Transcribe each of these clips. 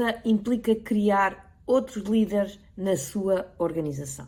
empresa implica criar outros líderes na sua organização.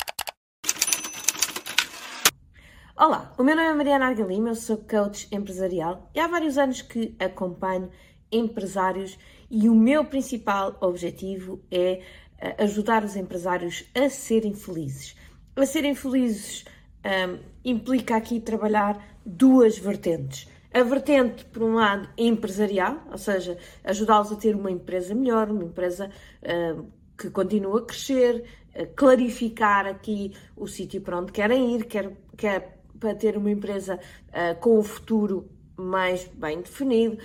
Olá, o meu nome é Mariana Argalima, eu sou coach empresarial e há vários anos que acompanho empresários e o meu principal objetivo é ajudar os empresários a serem felizes. A serem felizes implica aqui trabalhar duas vertentes. A vertente, por um lado, empresarial, ou seja, ajudá-los a ter uma empresa melhor, uma empresa que continua a crescer, clarificar aqui o sítio para onde querem ir, quer para ter uma empresa com o futuro mais bem definido,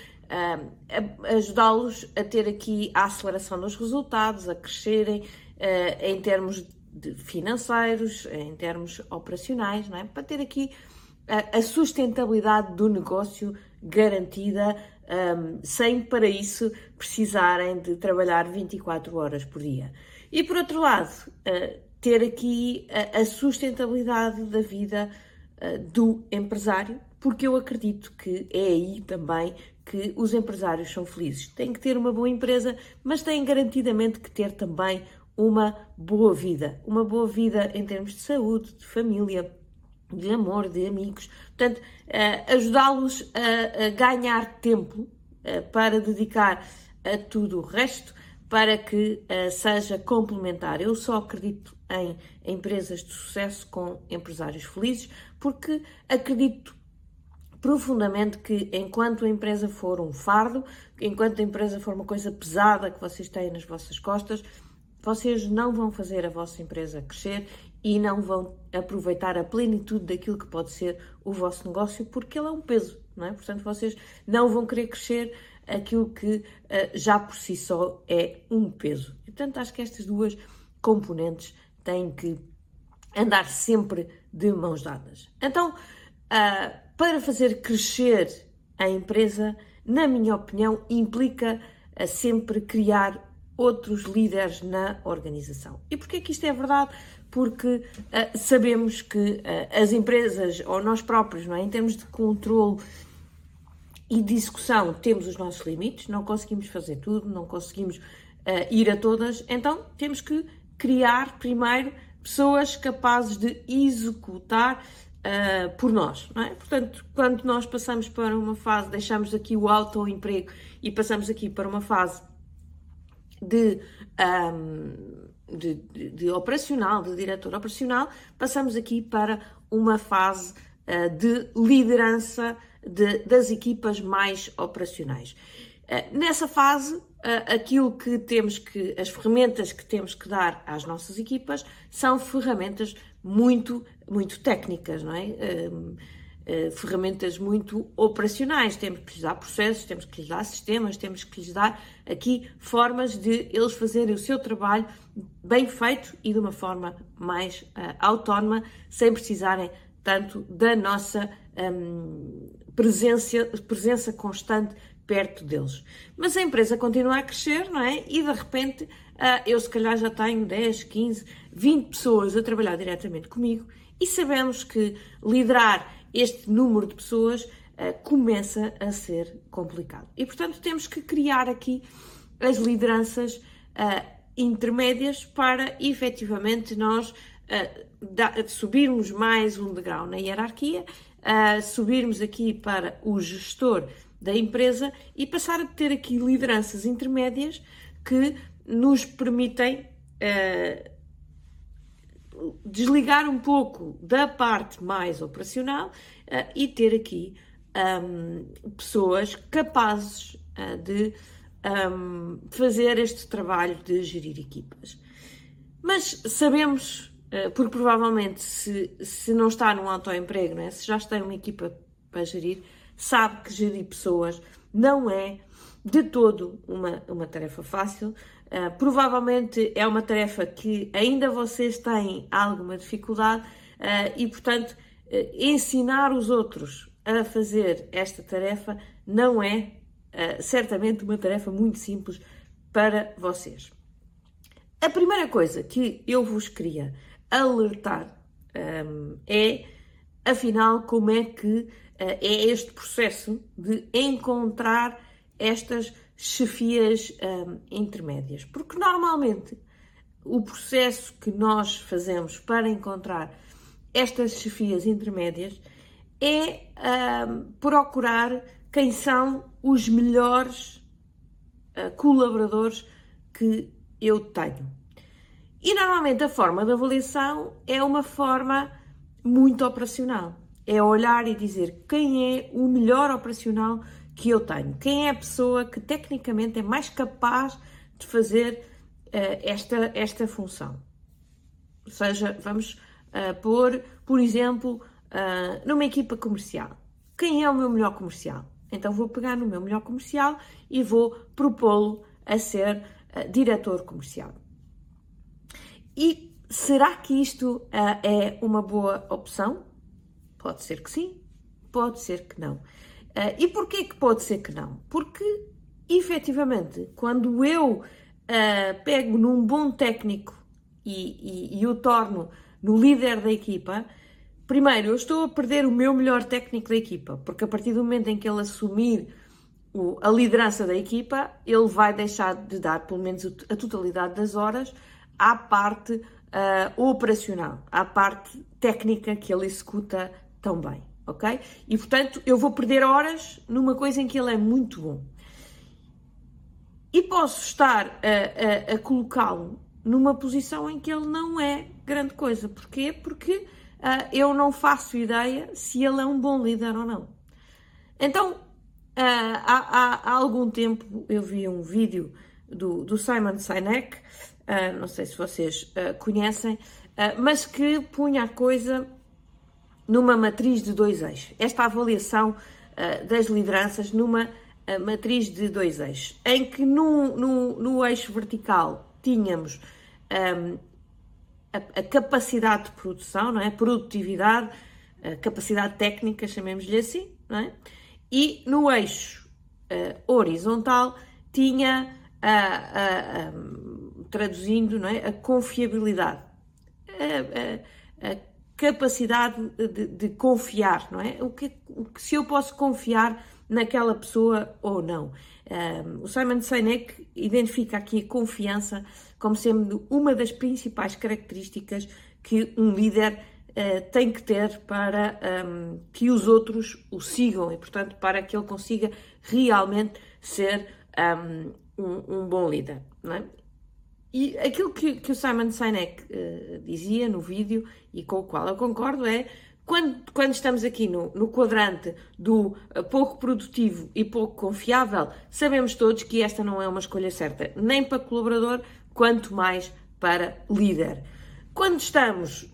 ajudá-los a ter aqui a aceleração dos resultados, a crescerem em termos financeiros, em termos operacionais, não é? Para ter aqui a sustentabilidade do negócio garantida, sem para isso precisarem de trabalhar 24 horas por dia. E por outro lado, ter aqui a sustentabilidade da vida do empresário, porque eu acredito que é aí também que os empresários são felizes. Têm que ter uma boa empresa, mas têm garantidamente que ter também uma boa vida em termos de saúde, de família, de amor, de amigos. Portanto, ajudá-los a ganhar tempo para dedicar a tudo o resto, para que seja complementar. Eu só acredito em empresas de sucesso com empresários felizes, porque acredito profundamente que enquanto a empresa for um fardo, enquanto a empresa for uma coisa pesada que vocês têm nas vossas costas, vocês não vão fazer a vossa empresa crescer e não vão aproveitar a plenitude daquilo que pode ser o vosso negócio, porque ele é um peso, não é? Portanto, vocês não vão querer crescer aquilo que já por si só é um peso. E, portanto, acho que estas duas componentes têm que andar sempre de mãos dadas. Então, para fazer crescer a empresa, na minha opinião, implica sempre criar outros líderes na organização. E porquê que isto é verdade? Porque sabemos que as empresas, ou nós próprios, não é? Em termos de controle e de execução, temos os nossos limites, não conseguimos fazer tudo, não conseguimos ir a todas, então temos que criar primeiro pessoas capazes de executar por nós, não é? Portanto, quando nós passamos para uma fase, deixamos aqui o autoemprego e passamos aqui para uma fase de operacional, de diretor operacional, passamos aqui para uma fase de liderança das equipas mais operacionais. Nessa fase, as ferramentas que temos que dar às nossas equipas são ferramentas muito, muito técnicas, não é? Ferramentas muito operacionais, temos que lhes dar processos, temos que lhes dar sistemas, temos que lhes dar aqui formas de eles fazerem o seu trabalho bem feito e de uma forma mais autónoma, sem precisarem tanto da nossa presença constante perto deles. Mas a empresa continua a crescer, não é? E de repente eu se calhar já tenho 10, 15, 20 pessoas a trabalhar diretamente comigo e sabemos que liderar este número de pessoas começa a ser complicado. E, portanto, temos que criar aqui as lideranças intermédias para, efetivamente, nós subirmos mais um degrau na hierarquia, subirmos aqui para o gestor da empresa e passar a ter aqui lideranças intermédias que nos permitem desligar um pouco da parte mais operacional e ter aqui pessoas capazes de fazer este trabalho de gerir equipas. Mas sabemos, porque provavelmente se não está num autoemprego, não é? Se já tem uma equipa para gerir, sabe que gerir pessoas não é de todo uma tarefa fácil. Provavelmente é uma tarefa que ainda vocês têm alguma dificuldade e, portanto, ensinar os outros a fazer esta tarefa não é certamente uma tarefa muito simples para vocês. A primeira coisa que eu vos queria alertar é, afinal, como é que é este processo de encontrar estas chefias intermédias, porque normalmente o processo que nós fazemos para encontrar estas chefias intermédias é procurar quem são os melhores colaboradores que eu tenho. E normalmente a forma de avaliação é uma forma muito operacional. É olhar e dizer quem é o melhor operacional que eu tenho. Quem é a pessoa que tecnicamente é mais capaz de fazer esta função. Ou seja, vamos pôr, por exemplo, numa equipa comercial. Quem é o meu melhor comercial? Então vou pegar no meu melhor comercial e vou propô-lo a ser diretor comercial. E será que isto é uma boa opção? Pode ser que sim, pode ser que não. E porquê que pode ser que não? Porque, efetivamente, quando eu pego num bom técnico e o torno no líder da equipa, primeiro, eu estou a perder o meu melhor técnico da equipa, porque a partir do momento em que ele assumir a liderança da equipa, ele vai deixar de dar, pelo menos, a totalidade das horas à parte operacional, à parte técnica que ele executa tão bem, ok? E, portanto, eu vou perder horas numa coisa em que ele é muito bom. E posso estar a colocá-lo numa posição em que ele não é grande coisa. Porquê? Porque eu não faço ideia se ele é um bom líder ou não. Então, há algum tempo eu vi um vídeo do Simon Sinek, não sei se vocês conhecem, mas que punha a coisa numa matriz de 2 eixos. Esta avaliação das lideranças numa matriz de 2 eixos, em que no eixo vertical tínhamos a capacidade de produção, não é? Produtividade, capacidade técnica, chamemos-lhe assim, não é? E no eixo horizontal tinha, traduzindo, não é? A confiabilidade, a capacidade de confiar, não é? Se eu posso confiar naquela pessoa ou não. O Simon Sinek identifica aqui a confiança como sendo uma das principais características que um líder tem que ter para que os outros o sigam e, portanto, para que ele consiga realmente ser um bom líder, não é? E aquilo que o Simon Sinek dizia no vídeo, e com o qual eu concordo, é quando estamos aqui no quadrante do pouco produtivo e pouco confiável, sabemos todos que esta não é uma escolha certa, nem para colaborador, quanto mais para líder. Quando estamos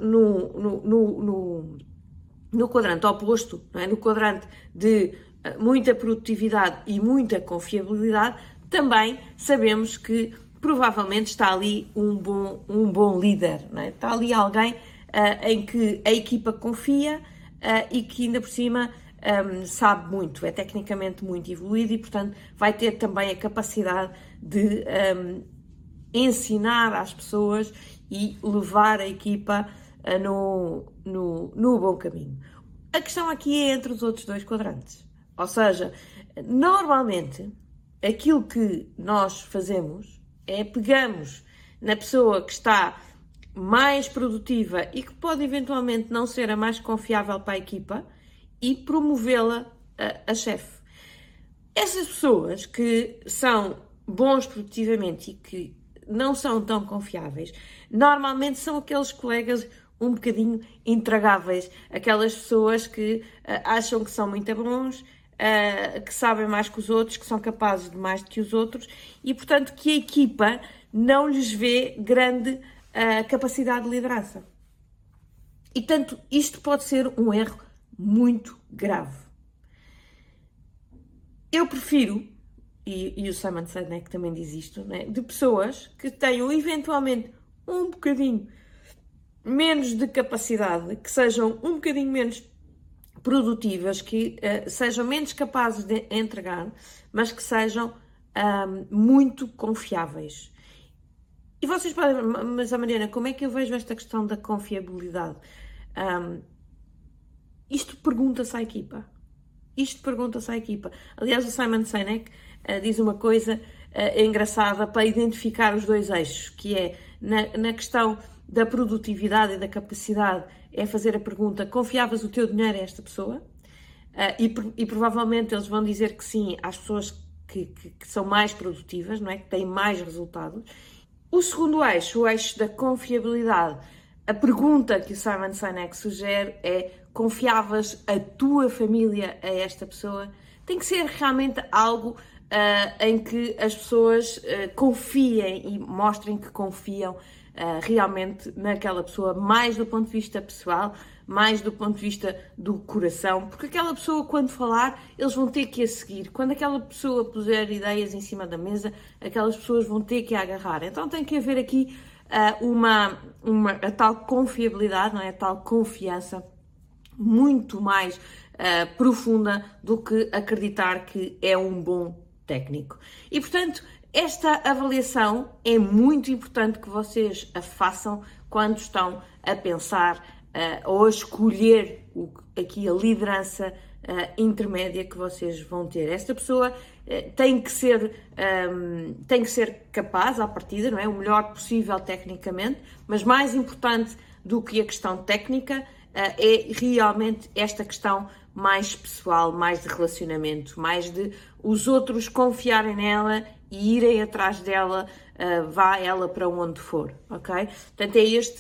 no quadrante oposto, não é? No quadrante de muita produtividade e muita confiabilidade, também sabemos que provavelmente está ali um bom líder, não é? Está ali alguém em que a equipa confia e que ainda por cima sabe muito, é tecnicamente muito evoluído e, portanto, vai ter também a capacidade de ensinar às pessoas e levar a equipa no bom caminho. A questão aqui é entre os outros 2 quadrantes. Ou seja, normalmente, aquilo que nós fazemos é pegamos na pessoa que está mais produtiva e que pode eventualmente não ser a mais confiável para a equipa e promovê-la a chefe. Essas pessoas que são bons produtivamente e que não são tão confiáveis, normalmente são aqueles colegas um bocadinho intragáveis, aquelas pessoas que acham que são muito bons, que sabem mais que os outros, que são capazes de mais do que os outros e, portanto, que a equipa não lhes vê grande capacidade de liderança. E, portanto, isto pode ser um erro muito grave. Eu prefiro, e o Simon Sinek também diz isto, né, de pessoas que tenham eventualmente um bocadinho menos de capacidade, que sejam um bocadinho menos produtivas, que sejam menos capazes de entregar, mas que sejam muito confiáveis. E vocês podem, mas a Mariana, como é que eu vejo esta questão da confiabilidade? Isto pergunta-se à equipa. Aliás, o Simon Sinek diz uma coisa engraçada para identificar os dois eixos, que é na questão da produtividade e da capacidade, é fazer a pergunta: confiavas o teu dinheiro a esta pessoa? E provavelmente eles vão dizer que sim às pessoas que são mais produtivas, não é? Que têm mais resultados. O segundo eixo, o eixo da confiabilidade, a pergunta que o Simon Sinek sugere é: confiavas a tua família a esta pessoa? Tem que ser realmente algo em que as pessoas confiem e mostrem que confiam realmente naquela pessoa, mais do ponto de vista pessoal, mais do ponto de vista do coração, porque aquela pessoa, quando falar, eles vão ter que a seguir. Quando aquela pessoa puser ideias em cima da mesa, aquelas pessoas vão ter que a agarrar. Então tem que haver aqui a tal confiabilidade, não é? A tal confiança muito mais profunda do que acreditar que é um bom técnico. E, portanto, esta avaliação é muito importante que vocês a façam quando estão a pensar ou a escolher aqui a liderança intermédia que vocês vão ter. Esta pessoa tem que ser capaz, à partida, não é? O melhor possível tecnicamente, mas mais importante do que a questão técnica é realmente esta questão mais pessoal, mais de relacionamento, mais de os outros confiarem nela e irem atrás dela, vá ela para onde for, ok? Portanto, é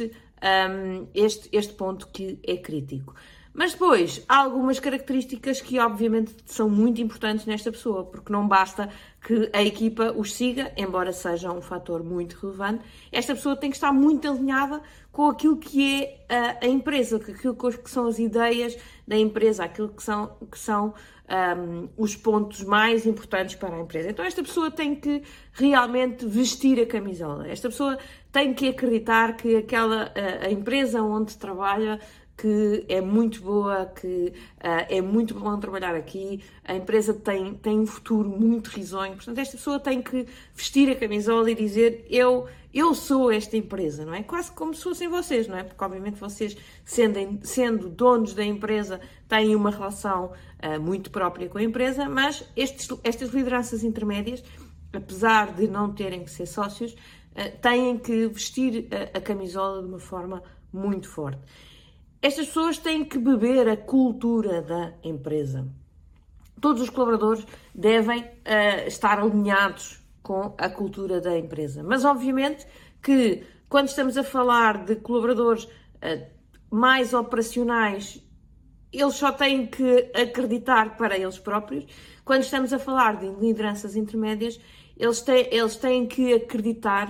este ponto que é crítico. Mas depois, há algumas características que obviamente são muito importantes nesta pessoa, porque não basta que a equipa os siga, embora seja um fator muito relevante, esta pessoa tem que estar muito alinhada com aquilo que é a empresa, com aquilo que são as ideias da empresa, aquilo que são os pontos mais importantes para a empresa. Então esta pessoa tem que realmente vestir a camisola, esta pessoa tem que acreditar que a empresa onde trabalha que é muito boa, que é muito bom trabalhar aqui, a empresa tem um futuro muito risonho. Portanto, esta pessoa tem que vestir a camisola e dizer: eu sou esta empresa, não é? Quase como se fossem vocês, não é? Porque obviamente vocês, sendo donos da empresa, têm uma relação muito própria com a empresa, mas estas lideranças intermédias, apesar de não terem que ser sócios, têm que vestir a camisola de uma forma muito forte. Estas pessoas têm que beber a cultura da empresa. Todos os colaboradores devem estar alinhados com a cultura da empresa. Mas, obviamente, que quando estamos a falar de colaboradores mais operacionais, eles só têm que acreditar para eles próprios. Quando estamos a falar de lideranças intermédias, eles têm que acreditar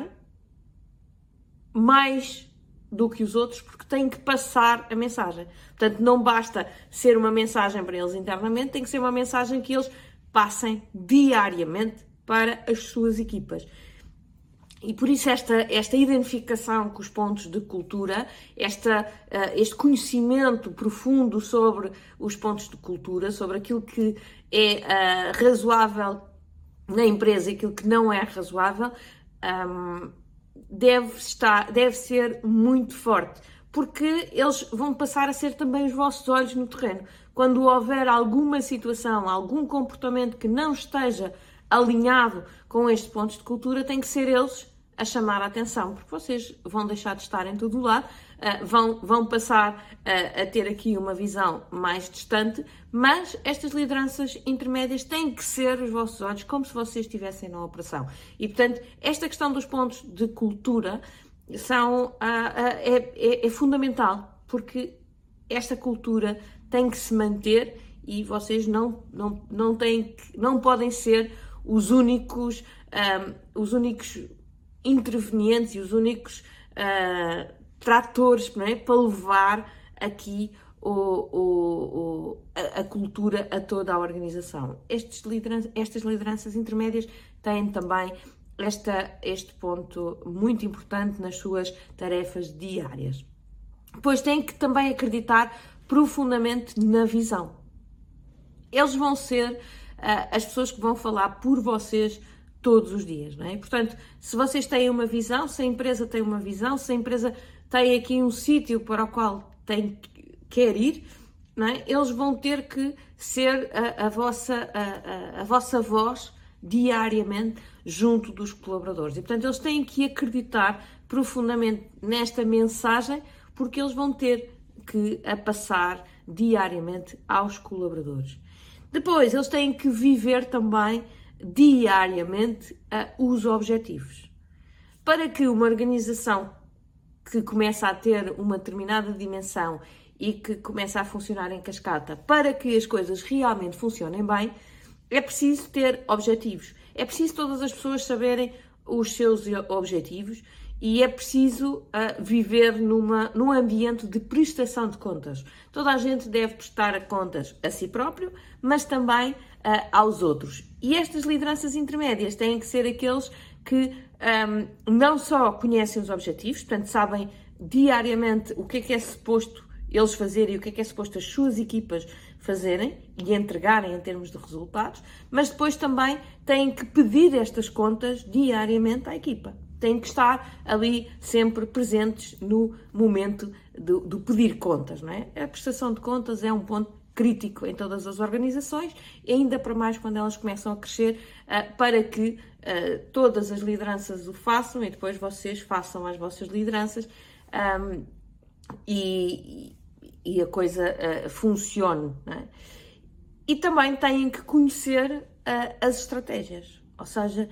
mais do que os outros, porque têm que passar a mensagem. Portanto, não basta ser uma mensagem para eles internamente, tem que ser uma mensagem que eles passem diariamente para as suas equipas. E por isso esta identificação com os pontos de cultura, este conhecimento profundo sobre os pontos de cultura, sobre aquilo que é razoável na empresa e aquilo que não é razoável, deve ser muito forte, porque eles vão passar a ser também os vossos olhos no terreno. Quando houver alguma situação, algum comportamento que não esteja alinhado com estes pontos de cultura, tem que ser eles a chamar a atenção, porque vocês vão deixar de estar em todo o lado, vão passar a ter aqui uma visão mais distante, mas estas lideranças intermédias têm que ser os vossos olhos, como se vocês estivessem na operação. E, portanto, esta questão dos pontos de cultura é fundamental, porque esta cultura tem que se manter e vocês não podem ser os únicos intervenientes e os únicos tratores, não é? Para levar aqui a cultura a toda a organização. Estas lideranças intermédias têm também este ponto muito importante nas suas tarefas diárias. Depois têm que também acreditar profundamente na visão. Eles vão ser as pessoas que vão falar por vocês todos os dias, não é? Portanto, se vocês têm uma visão, se a empresa tem uma visão, se a empresa tem aqui um sítio para o qual quer ir, não é? Eles vão ter que ser a vossa voz diariamente junto dos colaboradores. E, portanto, eles têm que acreditar profundamente nesta mensagem, porque eles vão ter que a passar diariamente aos colaboradores. Depois, eles têm que viver também diariamente os objetivos. Para que uma organização que começa a ter uma determinada dimensão e que começa a funcionar em cascata, para que as coisas realmente funcionem bem, é preciso ter objetivos. É preciso todas as pessoas saberem os seus objetivos e é preciso viver num ambiente de prestação de contas. Toda a gente deve prestar contas a si próprio, mas também aos outros. E estas lideranças intermédias têm que ser aqueles que não só conhecem os objetivos, portanto sabem diariamente o que é suposto eles fazerem e o que é suposto as suas equipas fazerem e entregarem em termos de resultados, mas depois também têm que pedir estas contas diariamente à equipa. Têm que estar ali sempre presentes no momento do pedir contas, não é? A prestação de contas é um ponto crítico em todas as organizações, e ainda para mais quando elas começam a crescer, para que todas as lideranças o façam e depois vocês façam as vossas lideranças e a coisa funcione, não é? E também têm que conhecer as estratégias, ou seja,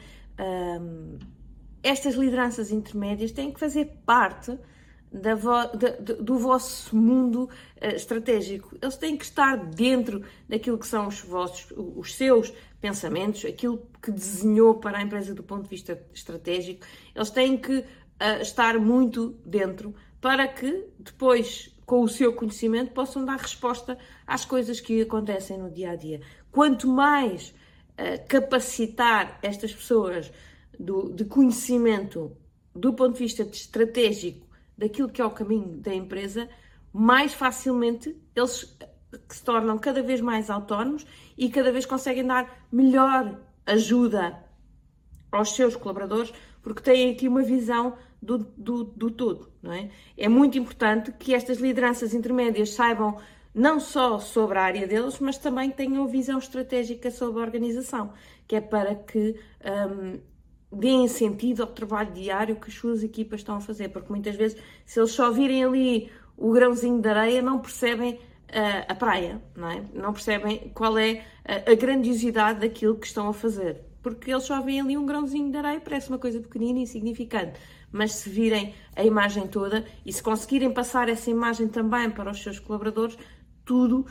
estas lideranças intermédias têm que fazer parte do vosso mundo estratégico. Eles têm que estar dentro daquilo que são os seus pensamentos, aquilo que desenhou para a empresa do ponto de vista estratégico. Eles têm que estar muito dentro para que depois, com o seu conhecimento, possam dar resposta às coisas que acontecem no dia a dia. Quanto mais capacitar estas pessoas de conhecimento do ponto de vista estratégico daquilo que é o caminho da empresa, mais facilmente eles se tornam cada vez mais autónomos e cada vez conseguem dar melhor ajuda aos seus colaboradores, porque têm aqui uma visão do todo, não é? É muito importante que estas lideranças intermédias saibam não só sobre a área deles, mas também tenham visão estratégica sobre a organização, que é para que deem sentido ao trabalho diário que as suas equipas estão a fazer, porque muitas vezes, se eles só virem ali o grãozinho de areia, não percebem a praia, não é? Não percebem qual é a grandiosidade daquilo que estão a fazer, porque eles só veem ali um grãozinho de areia, parece uma coisa pequenina e insignificante, mas se virem a imagem toda e se conseguirem passar essa imagem também para os seus colaboradores, tudo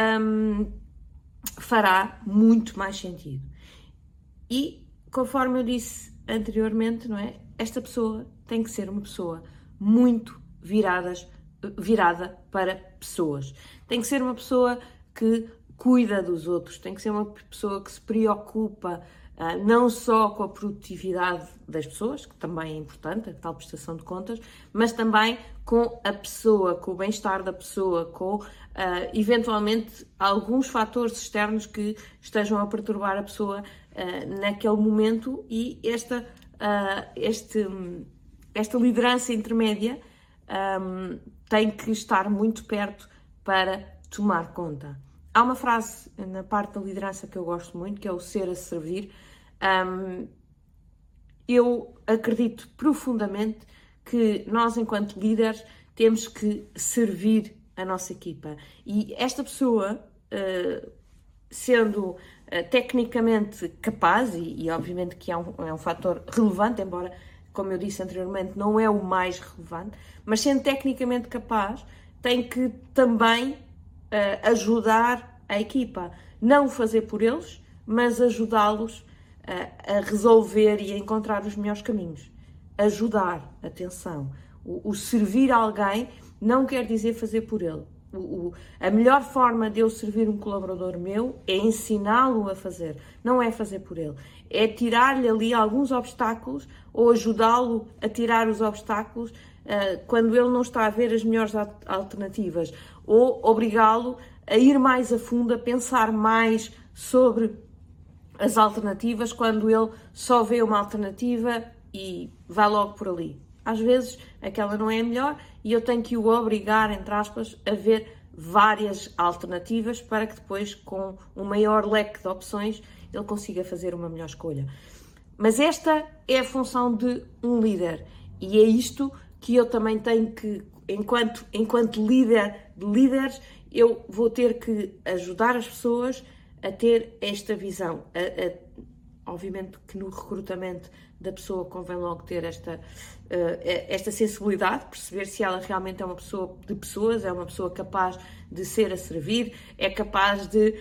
fará muito mais sentido. E, conforme eu disse anteriormente, não é? Esta pessoa tem que ser uma pessoa muito virada para pessoas. Tem que ser uma pessoa que cuida dos outros, tem que ser uma pessoa que se preocupa não só com a produtividade das pessoas, que também é importante, a tal prestação de contas, mas também com a pessoa, com o bem-estar da pessoa, com eventualmente alguns fatores externos que estejam a perturbar a pessoa naquele momento, e esta liderança intermédia tem que estar muito perto para tomar conta. Há uma frase na parte da liderança que eu gosto muito, que é o ser a servir. Eu acredito profundamente que nós, enquanto líderes, temos que servir a nossa equipa. E esta pessoa, sendo tecnicamente capaz, e obviamente que é um fator relevante, embora, como eu disse anteriormente, não é o mais relevante, mas sendo tecnicamente capaz, tem que também ajudar a equipa. Não fazer por eles, mas ajudá-los a resolver e a encontrar os melhores caminhos. Ajudar, atenção. O servir alguém não quer dizer fazer por ele. A melhor forma de eu servir um colaborador meu é ensiná-lo a fazer, não é fazer por ele. É tirar-lhe ali alguns obstáculos ou ajudá-lo a tirar os obstáculos quando ele não está a ver as melhores alternativas, ou obrigá-lo a ir mais a fundo, a pensar mais sobre as alternativas quando ele só vê uma alternativa e vai logo por ali. Às vezes aquela não é a melhor e eu tenho que o obrigar, entre aspas, a ver várias alternativas para que depois, com um maior leque de opções, ele consiga fazer uma melhor escolha. Mas esta é a função de um líder e é isto que eu também tenho que, enquanto líder de líderes, eu vou ter que ajudar as pessoas a ter esta visão. Obviamente que no recrutamento da pessoa convém logo ter esta sensibilidade, perceber se ela realmente é uma pessoa de pessoas, é uma pessoa capaz de ser a servir, é capaz de...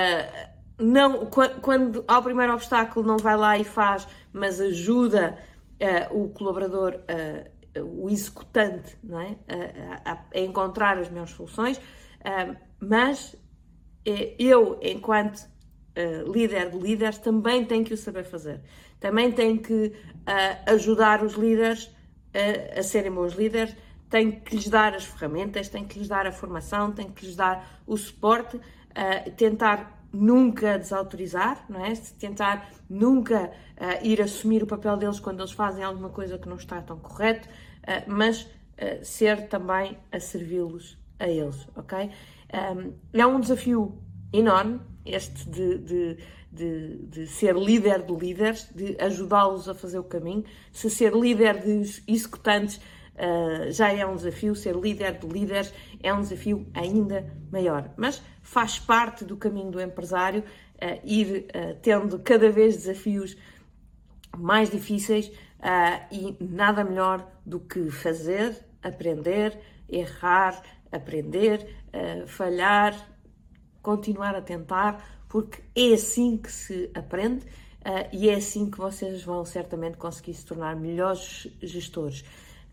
quando ao primeiro obstáculo não vai lá e faz, mas ajuda o colaborador, o executante, não é? A encontrar as melhores soluções, mas eu, enquanto líder de líderes, também tenho que o saber fazer. Também tenho que ajudar os líderes a serem bons líderes, tenho que lhes dar as ferramentas, tenho que lhes dar a formação, tenho que lhes dar o suporte, tentar nunca desautorizar, não é? Tentar nunca ir assumir o papel deles quando eles fazem alguma coisa que não está tão correto, mas ser também a servi-los a eles, ok? É um desafio enorme este de ser líder de líderes, de ajudá-los a fazer o caminho. Se ser líder de executantes já é um desafio, ser líder de líderes é um desafio ainda maior. Mas faz parte do caminho do empresário ir tendo cada vez desafios mais difíceis e nada melhor do que fazer, aprender, errar, aprender, falhar, continuar a tentar, porque é assim que se aprende e é assim que vocês vão certamente conseguir se tornar melhores gestores.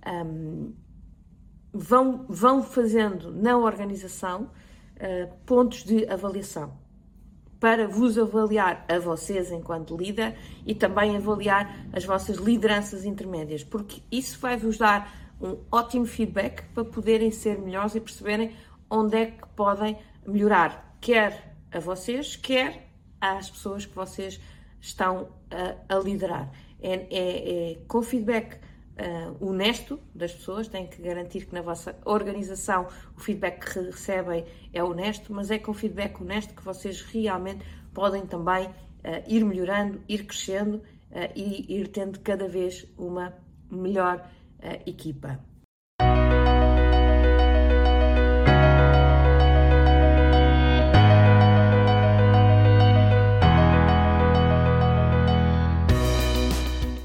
Vão fazendo na organização pontos de avaliação para vos avaliar a vocês enquanto líder e também avaliar as vossas lideranças intermédias, porque isso vai vos dar um ótimo feedback para poderem ser melhores e perceberem onde é que podem melhorar, quer a vocês, quer às pessoas que vocês estão a liderar. Com feedback honesto das pessoas, têm que garantir que na vossa organização o feedback que recebem é honesto, mas é com feedback honesto que vocês realmente podem também ir melhorando, ir crescendo e ir tendo cada vez uma melhor equipa.